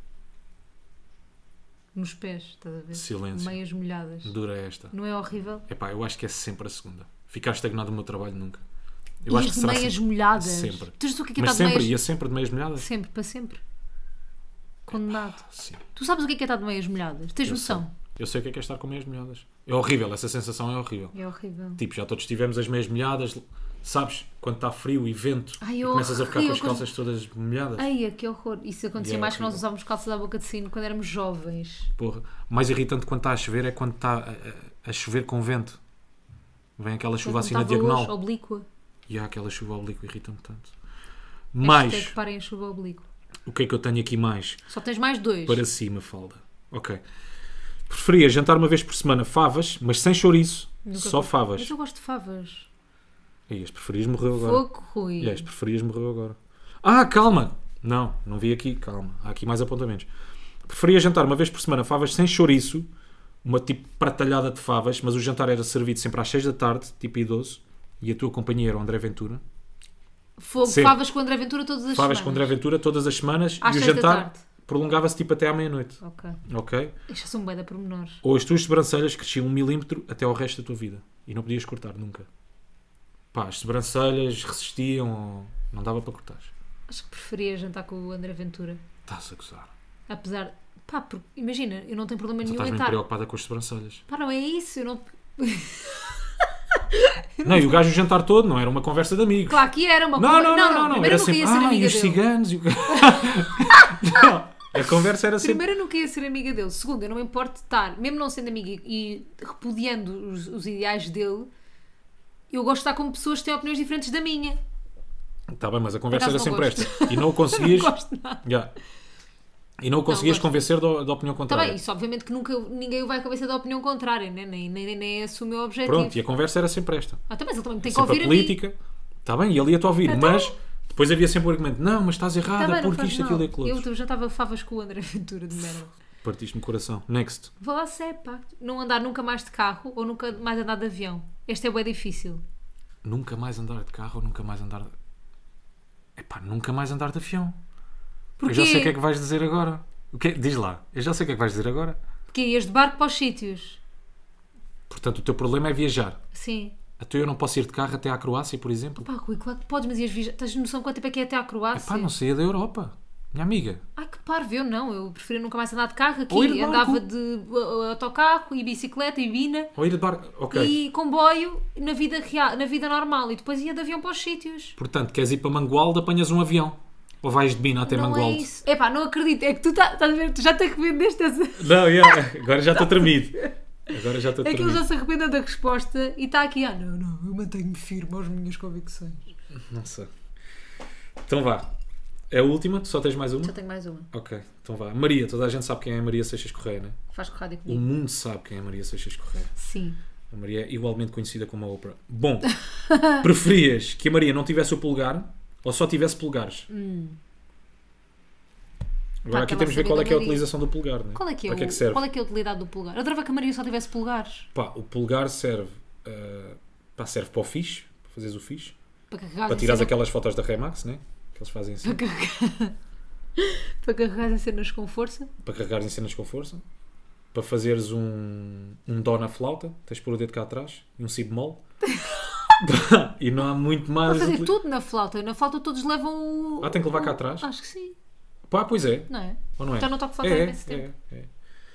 Nos pés, estás a ver? Silêncio. Meias molhadas. Dura esta. Não é horrível? Epá, eu acho que é sempre a segunda. Ficar estagnado no meu trabalho nunca. Eu E acho as que de será meias sempre. molhadas. Sempre. Tu sabes o que é que é Mas estar de sempre, meias... ia sempre de meias molhadas? Sempre, para sempre. Condenado. Sim. Tu sabes o que é que é estar de meias molhadas? Tens Eu noção? sei. Eu sei o que é que é estar com meias molhadas. É horrível, essa sensação é horrível. É horrível. Tipo, já todos tivemos as meias molhadas, sabes? Quando está frio e vento Ai, e é começas a ficar com horrível as quando- calças todas molhadas. Ai, que horror. Isso acontecia E é mais que nós horrível. usávamos calças à boca de sino quando éramos jovens. Porra. O mais irritante quando está a chover é quando está a, a- a chover com vento. Vem aquela chuva assim na Quando estava diagonal. hoje, oblíqua. E há aquela chuva oblíqua, irrita-me tanto. Mais, Hashtag parem a chuva oblíqua. o que é que eu tenho aqui mais? Só tens mais dois. Para cima, falda. Ok. Preferia jantar uma vez por semana favas, mas sem chouriço. Nunca Só comi. favas. Mas eu gosto de favas. E este preferias morreu agora. Fogo, Rui. E este preferias morreu agora. Ah, calma! Não, não vi aqui, calma. Há aqui mais apontamentos. Preferia jantar uma vez por semana favas sem chouriço, uma tipo pratalhada de favas, mas o jantar era servido sempre às seis da tarde, tipo idoso, e a tua companhia era o André Ventura. Fogo, Sempre. favas com André Ventura todas as Favas semanas. com André Ventura todas as semanas Às e o seis da jantar tarde. prolongava-se tipo até à meia-noite. Ok. Ok? Isto são bué de pormenores. Ou as tuas sobrancelhas cresciam um milímetro até ao resto da tua vida. E não podias cortar nunca. Pá, as sobrancelhas resistiam ou não dava para cortar. Acho que preferia jantar com o André Ventura. Está-se a gozar. Apesar... Pá, porque, imagina, eu não tenho problema Só nenhum estás em bem estar... preocupada com as sobrancelhas. Pá, não é isso. Eu não... Não, e o gajo o jantar todo não era uma conversa de amigos. Claro que era uma Não, conver- não, não, não, não. Primeiro Era eu nunca sempre, ia ser ah, e amiga os dele. ciganos e o... Não, a conversa era sempre... Primeiro eu nunca ia ser amiga dele. Segundo, eu não me importo de estar, mesmo não sendo amiga e repudiando os, os ideais dele, eu gosto de estar com pessoas que têm opiniões diferentes da minha. Está bem, mas a conversa Por era acaso sempre não esta. E não o conseguias... Não gosto de nada. Já. E não o conseguias gosto. convencer da, da opinião Está contrária. bem, isso obviamente que nunca ninguém o vai convencer da opinião contrária, né? nem, nem, nem, nem é esse o meu objetivo. Pronto, e a conversa era sempre esta. Ah, tá, mas ele também tem que Sempre ouvir a a mim. política. Está bem, e ele ia-te ouvir, Então- mas depois havia sempre o argumento: não, mas estás Tá errada, bem, não porque faz isto, mal. aquilo e aquilo outro. Eu já estava favas com o André Ventura de merda. Partiste-me o coração. Next. Vou lá, sé, pá. Não andar nunca mais de carro ou nunca mais andar de avião. Este é bem difícil. Nunca mais andar de carro ou nunca mais andar de... Epá, nunca mais andar de avião. Porquê? Eu já sei o que é que vais dizer agora. O que é- Diz lá. Eu já sei o que é que vais dizer agora. Porque ias de barco para os sítios. Portanto, o teu problema é viajar. Sim. Até eu não posso ir de carro até à Croácia, por exemplo. Pá, Rui, claro que podes, mas ias viajar. Tens noção quanto tempo é que é até à Croácia? Pá, não saía da Europa. Minha amiga. Ai, que parvo, eu não. Eu preferia nunca mais andar de carro aqui. Ou ir de barco. Andava de uh, autocarro e bicicleta e bina Ou ir de barco. Ok. e comboio na vida, real, na vida normal. E depois ia de avião para os sítios. Portanto, queres ir para Mangualde, apanhas um avião. Ou vais de Bina até Não é Mangualde. isso. Epá, não acredito. É que tu, tá, estás a ver, tu já te arrependeste dessa... Não, yeah. Agora já estou tremido. Agora já estou É que ele tremido. já se arrependeu da resposta e está aqui. Ah, não, não, eu mantenho-me firme às minhas convicções. Não sei. Então vá. É a última? Tu só tens mais uma? Já tenho mais uma. Ok, então vá. Maria, toda a gente sabe quem é a Maria Seixas Correia, não é? Faz com rádio O comigo. mundo sabe quem é a Maria Seixas Correia. Sim. A Maria é igualmente conhecida como a Oprah. Bom, preferias que a Maria não tivesse o polegar ou só tivesse polegares? Hum. Agora Pá, aqui aquela temos de ver qual é que é a Maria. utilização do polegar, não é? Qual é que é, Para que é o- que serve? qual é que é a utilidade do polegar? Eu adorava que a Maria só tivesse polegares. Pá, o polegar serve, uh, pá, serve para o fixe, para fazeres o fixe, Para carregar para tirares aquelas fotos da Remax, né? Que eles fazem assim, Para carregar... para carregar em cenas com força. para carregares em cenas com força, para fazeres um, um dó na flauta, tens de pôr o dedo cá atrás e um si bemol. Pá, e não há muito Para mais. fazer utili- tudo na flauta. Na flauta todos levam o... Ah, tem que levar cá atrás? Acho que sim. Pá, pois é. Não é? Ou não é? Então não toco flauta há é, imenso é, tempo. é.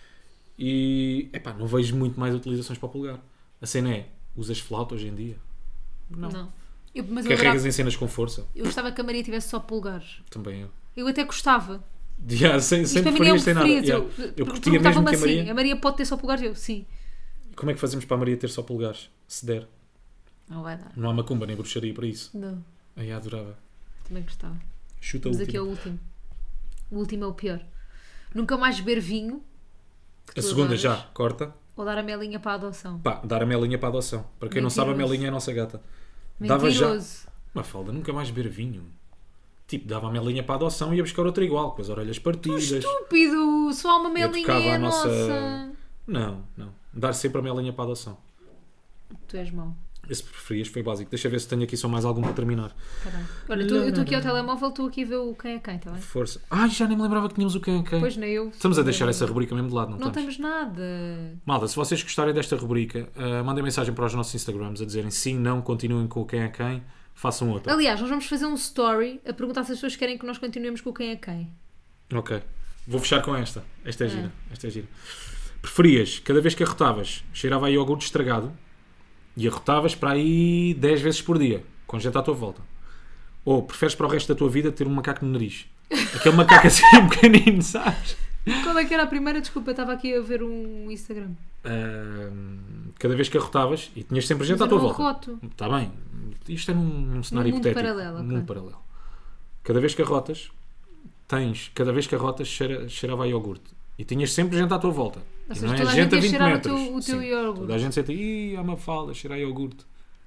E, epá, não vejo muito mais utilizações para o polegar. A cena é, usas flauta hoje em dia? Não. Não. Eu, mas eu, Carregas adorava- em cenas com força? eu gostava que a Maria tivesse só polegares. Também eu. Eu até gostava. Yeah, sem, Isto sem para mim é um preferias, sem nada. preferias. Yeah. Eu, Eu per- curtia mesmo perguntava-me que a assim, Maria... a Maria pode ter só polegares? Eu, sim. Como é que fazemos para a Maria ter só polegares? Se der. Não vai dar. Não há macumba nem bruxaria para isso. Não. Ai, adorava. Também gostava. Chuta o Mas último. aqui é o último. O último é o pior. Nunca mais beber vinho. que A tu segunda adoras, já, corta. Ou dar a melinha para a adoção. Pá, dar a Melinha para a adoção. Para quem não sabe, a Mentiroso. Melinha é a nossa gata. Dava já... Mentiroso. Mafalda, nunca mais beber vinho. Tipo, dava a Melinha para a adoção e ia buscar outra igual, com as orelhas partidas. Estúpido! Só há uma Eu melinha tocava e é a nossa- nossa. Não, não. Dar sempre a Melinha para a adoção. Tu és mau. Esse preferias foi básico. Deixa ver se tenho aqui só mais algum para terminar. Caralho. Olha, tu- eu estou aqui ao telemóvel, estou aqui a ver o quem é quem, está bem? Força. Ai, já nem me lembrava que tínhamos o quem é quem. Pois nem eu. Estamos a deixar essa rubrica mesmo de lado, não, Não estamos? temos nada. Malta, se vocês gostarem desta rubrica, uh, mandem mensagem para os nossos Instagrams a dizerem sim, não, continuem com o quem é quem, façam outra. Aliás, nós vamos fazer um story a perguntar se as pessoas querem que nós continuemos com o quem é quem. Ok. Vou fechar com esta. Esta é gira. Esta é gira. Preferias, cada vez que arrotavas, cheirava a iogurte estragado e arrotavas para aí dez vezes por dia, com gente à tua volta. Ou preferes para o resto da tua vida ter um macaco no nariz? Aquele macaco assim pequenino, sabes? Qual é que era a primeira? Desculpa, estava aqui a ver um Instagram. Ahm, cada vez que arrotavas e tinhas sempre gente Mas à tua era um volta. arroto. Está bem. Isto é num, num cenário mundo hipotético. paralelo, Num ok. mundo paralelo. Cada vez que arrotas, tens, cada vez que arrotas, cheira, cheirava a iogurte. E tinhas sempre gente à tua volta. Ou E seja, não é toda a gente gente a ia vinte cheirar o metros. teu- o teu Sim. iogurte. Toda a gente senta, ih, há uma falda, cheira a iogurte.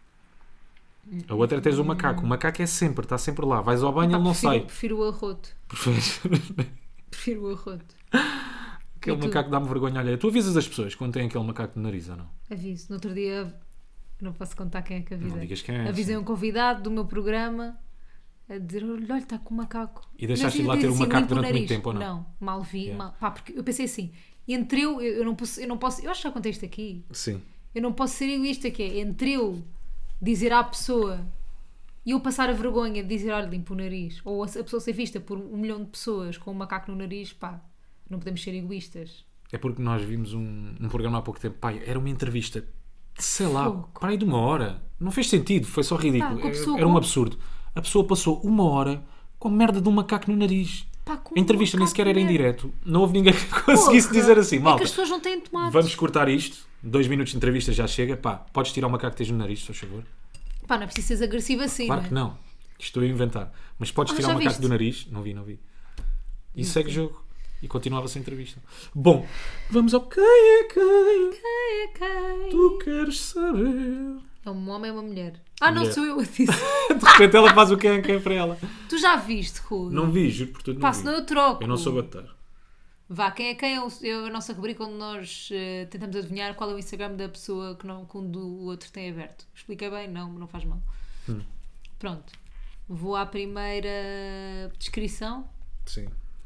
A outra é teres o macaco. O macaco é sempre, está sempre lá. Vais ao banho e Pá, ele não prefiro, sai. Prefiro o arroto. Preferes? Prefiro o arroto. Aquele E tu? macaco dá-me vergonha. Olha, tu avisas as pessoas quando têm aquele macaco no nariz ou não? Aviso. No outro dia, não posso contar quem é que avisei. Não digas quem é. Avisei sim. um convidado do meu programa a dizer: olha, olha, está com um macaco. E deixaste Mas de lá eu ter um disse assim, macaco limpa o durante muito nariz. tempo ou não? Não, mal vi. Yeah. Mal... Pá, porque eu pensei assim: entre eu, eu, eu não posso, eu não posso, eu acho que já contei isto aqui. Sim. Eu não posso ser egoísta, que é entre eu dizer à pessoa e eu passar a vergonha de dizer, olha, limpa o nariz, ou a a pessoa ser vista por um milhão de pessoas com um macaco no nariz, pá, não podemos ser egoístas. É porque nós vimos um, um programa há pouco tempo. Pai, era uma entrevista, sei lá, Fogo. para aí de uma hora. Não fez sentido, foi só ridículo. Pá, com a Era- pessoa era um com- absurdo. A pessoa passou uma hora com a merda de um macaco no nariz. Pá, com A entrevista um nem macaco sequer era em merda. direto. Não houve ninguém que conseguisse Porra, dizer assim, É que malta. as pessoas não têm tomates. Vamos cortar isto. Dois minutos de entrevista já chega. Pá, podes tirar o macaco que tens no nariz, se faz favor. Pá, não é preciso ser agressivo assim, Claro não é? que não. Estou a inventar. Mas podes Ah, tirar já o macaco viste? do nariz. Não vi, não vi. E segue o jogo. E continuava-se a entrevista. Bom, vamos ao quem é quem Quem é quem? tu queres saber. É um homem ou uma mulher? Ah, não, Mulher. sou eu a disse. De repente ela faz o quem é quem para ela. Tu já viste, Rui? Não vi, juro por tudo. Pá, Não vi. senão eu troco. Eu não sou bater. Vá, quem é quem é, o- é a nossa rubrica onde nós eh, tentamos adivinhar qual é o Instagram da pessoa que, não, que um do outro tem aberto. Explica bem? Não, não faz mal. Hum. Pronto. Vou à primeira descrição. Sim.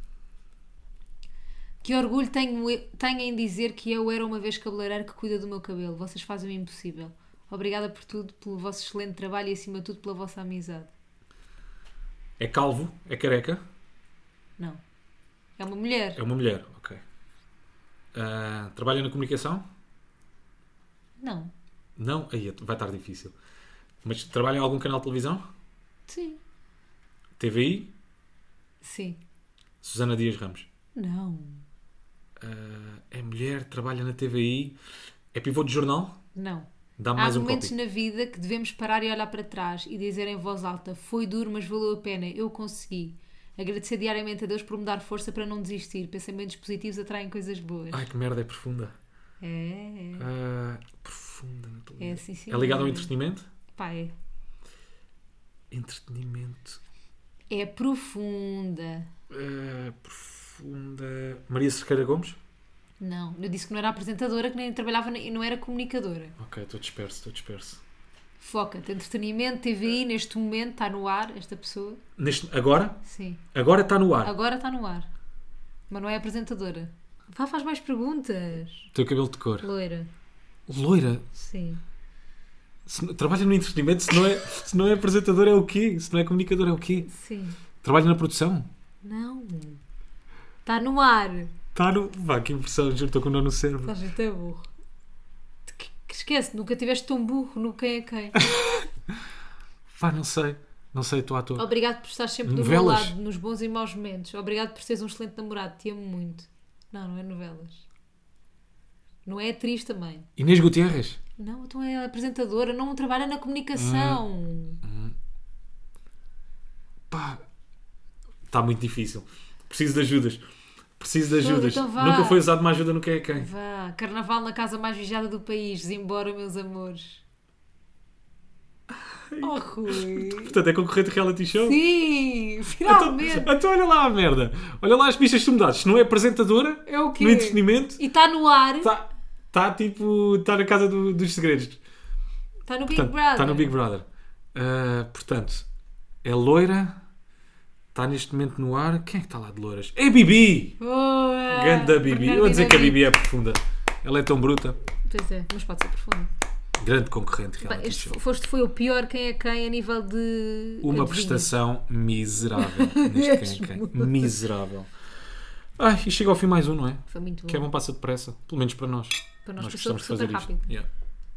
Que orgulho tenho, tenho em dizer que eu era uma vez cabeleireiro que cuida do meu cabelo. Vocês fazem o impossível. Obrigada por tudo, pelo vosso excelente trabalho e acima de tudo pela vossa amizade. É calvo? É careca? Não. É uma mulher. É uma mulher, ok. Ah, trabalha na comunicação? Não. Não? Aí vai estar difícil. Mas trabalha em algum canal de televisão? Sim. T V I? Sim. Susana Dias Ramos. Não. Ah, é mulher, trabalha na T V I. É pivô de jornal? Não. Dá-me Há mais um momentos copy. na vida que devemos parar e olhar para trás e dizer em voz alta: foi duro, mas valeu a pena, eu consegui. Agradecer diariamente a Deus por me dar força para não desistir. Pensamentos positivos atraem coisas boas. Ai, que merda, é profunda. É, é. Ah, profunda na televisão. É assim, sim. É ligado ao entretenimento? Pá, é. Entretenimento. É profunda. Ah, profunda. Maria Cerqueira Gomes? Não, eu disse que não era apresentadora, que nem trabalhava e não era comunicadora. Ok, estou disperso, estou disperso. Foca-te, entretenimento, T V I, neste momento está no ar, esta pessoa. Neste, agora? Sim. Agora está no ar. Agora está no ar. Mas não é apresentadora. Vá, faz mais perguntas. Teu cabelo de cor. Loira. Loira. Sim. Se não- trabalha no entretenimento, se não, é, se não é apresentador é o quê? Se não é comunicador é o quê? Sim. Trabalha na produção? Não. Está no ar. Está no... Vá, que impressão, juro, estou com o nó no cérebro. Estás até burro. Que- que Esquece, nunca tiveste tão burro no quem é quem. Vá, não sei. Não sei, estou à toa. Obrigado por estar sempre do meu Novelas? lado, nos bons e maus momentos. Obrigado por seres um excelente namorado, te amo muito. Não, não é novelas. Não é atriz também. Inês Gutierrez? Não, então é apresentadora, não trabalha na comunicação. Hum. Pá, está muito difícil. Preciso de ajudas. Preciso de Fogo, ajudas. então vá. Nunca foi usado uma ajuda no quem é quem. Vá, carnaval na casa mais vigiada do país. Embora, meus amores. Oh, Rui. Portanto, é concorrente de reality show? Sim, Então, finalmente. então olha lá a merda. Olha lá as bichas que tu me dás. Se não é apresentadora, É o quê? no entretenimento, E está no ar. está tá, tipo. Está na casa do- dos segredos. Está no Big Portanto, Brother. está no Big Brother. Ah, portanto, é loira. Está neste momento no ar. Quem é que está lá de loiras? É a Bibi! Boa. Ganda Bibi. Eu vou dizer que a Bibi é profunda. Ela é tão bruta. Pois é, mas pode ser profundo. Grande concorrente Bem, reality este show. foste foi o pior quem é quem a nível de. Uma adivinho. prestação miserável neste quem é quem. Miserável. Ai, e chega ao fim mais um, não é? Foi muito bom. Que é bom, passa depressa. Pelo menos para nós. Para nós passou gostamos de super fazer isto. rápido. Yeah.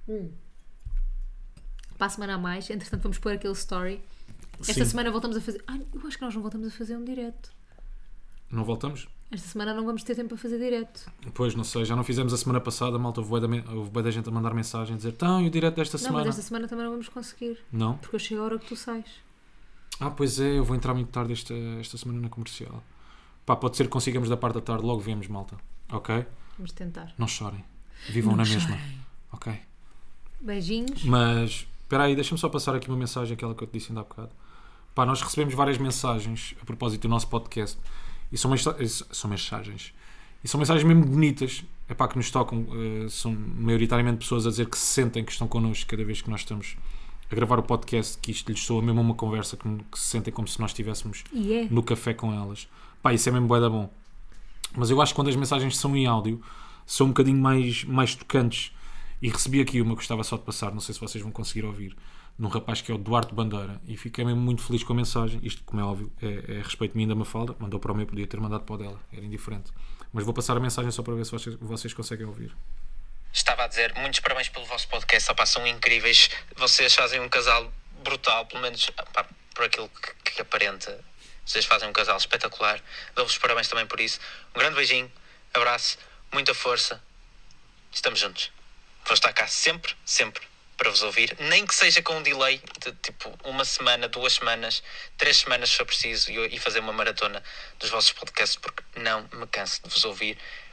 Para a semana a mais, entretanto vamos pôr aquele story. Esta Sim. semana voltamos a fazer. Ai, eu acho que nós não voltamos a fazer um direto. Não voltamos? Esta semana não vamos ter tempo para fazer direto. Pois, não sei. Já não fizemos a semana passada. Malta, houve bué da men- houve bué da gente a mandar mensagem. Dizer, então, e o direto desta Não, semana? mas esta semana também não vamos conseguir. Não? Porque eu chego a hora que tu sais. Ah, pois é. Eu vou entrar muito tarde esta, esta semana na comercial. Pá, pode ser que consigamos da parte da tarde. Logo vemos, malta. Ok? Vamos tentar. Não chorem. Vivam Não na mesma. chorem. Ok? Beijinhos. Mas, espera aí, deixa-me só passar aqui uma mensagem, aquela que eu te disse ainda há bocado. Pá, nós recebemos várias mensagens a propósito do nosso podcast. E são, mensa- são mensagens. E são mensagens mesmo bonitas. É pá, que nos tocam. eh, são maioritariamente pessoas a dizer que se sentem que estão connosco cada vez que nós estamos a gravar o podcast, que isto lhes soa mesmo uma conversa, que, que se sentem como se nós estivéssemos E é. no café com elas. Pá, isso é mesmo bué da bom. Mas eu acho que quando as mensagens são em áudio, são um bocadinho mais, mais tocantes. E recebi aqui uma que gostava só de passar, não sei se vocês vão conseguir ouvir, num rapaz que é o Duarte Bandeira, e fiquei mesmo muito feliz com a mensagem. Isto, como é óbvio, é, é a respeito de mim da Mafalda. Mandou para o meu, podia ter mandado para o dela, era indiferente. Mas vou passar a mensagem só para ver se vocês, vocês conseguem ouvir. Estava a dizer, muitos parabéns pelo vosso podcast, opá, são incríveis. Vocês fazem um casal brutal, pelo menos opá, por aquilo que, que aparenta. Vocês fazem um casal espetacular. Dou-vos parabéns também por isso. Um grande beijinho, abraço, muita força. Estamos juntos. Vou estar cá sempre, sempre para vos ouvir, nem que seja com um delay de tipo uma semana, duas semanas, três semanas se for preciso, e, e fazer uma maratona dos vossos podcasts, porque não me canso de vos ouvir.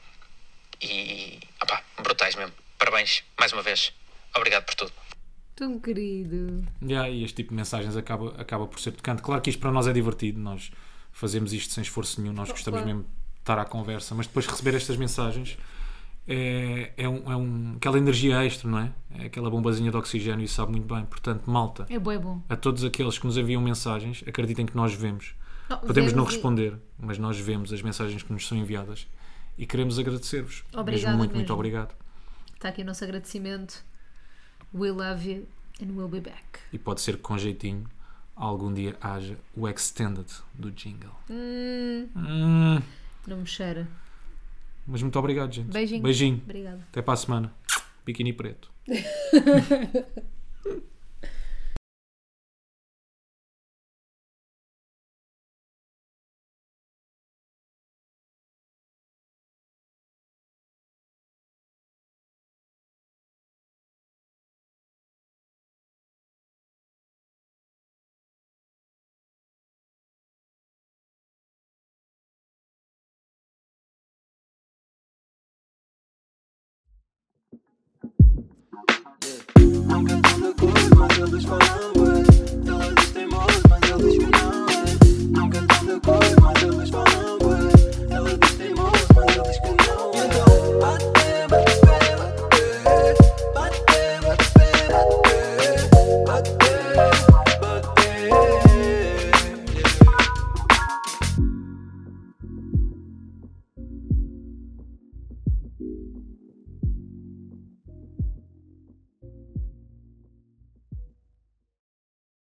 E, opá, brutais mesmo. Parabéns, mais uma vez. Obrigado por tudo. Tão querido. Yeah, e este tipo de mensagens acaba, acaba por ser tocante. Claro que isto para nós é divertido, nós fazemos isto sem esforço nenhum, nós gostamos claro. mesmo de estar à conversa, mas depois de receber estas mensagens é, é, um, é um, aquela energia extra, não é? É aquela bombazinha de oxigênio e sabe muito bem. Portanto, malta, É bom, é bom. a todos aqueles que nos enviam mensagens, acreditem que nós vemos. Não, Podemos não vemos e- responder, mas nós vemos as mensagens que nos são enviadas e queremos agradecer-vos. Obrigada mesmo muito, muito mesmo. obrigado. Está aqui o nosso agradecimento. We love you and we'll be back. E pode ser que com jeitinho algum dia haja o extended do jingle. Hum, Hum, não me cheira. mas muito obrigado, gente. Beijinho. Beijinho. Obrigada. Até para a semana. Biquíni preto. Yeah.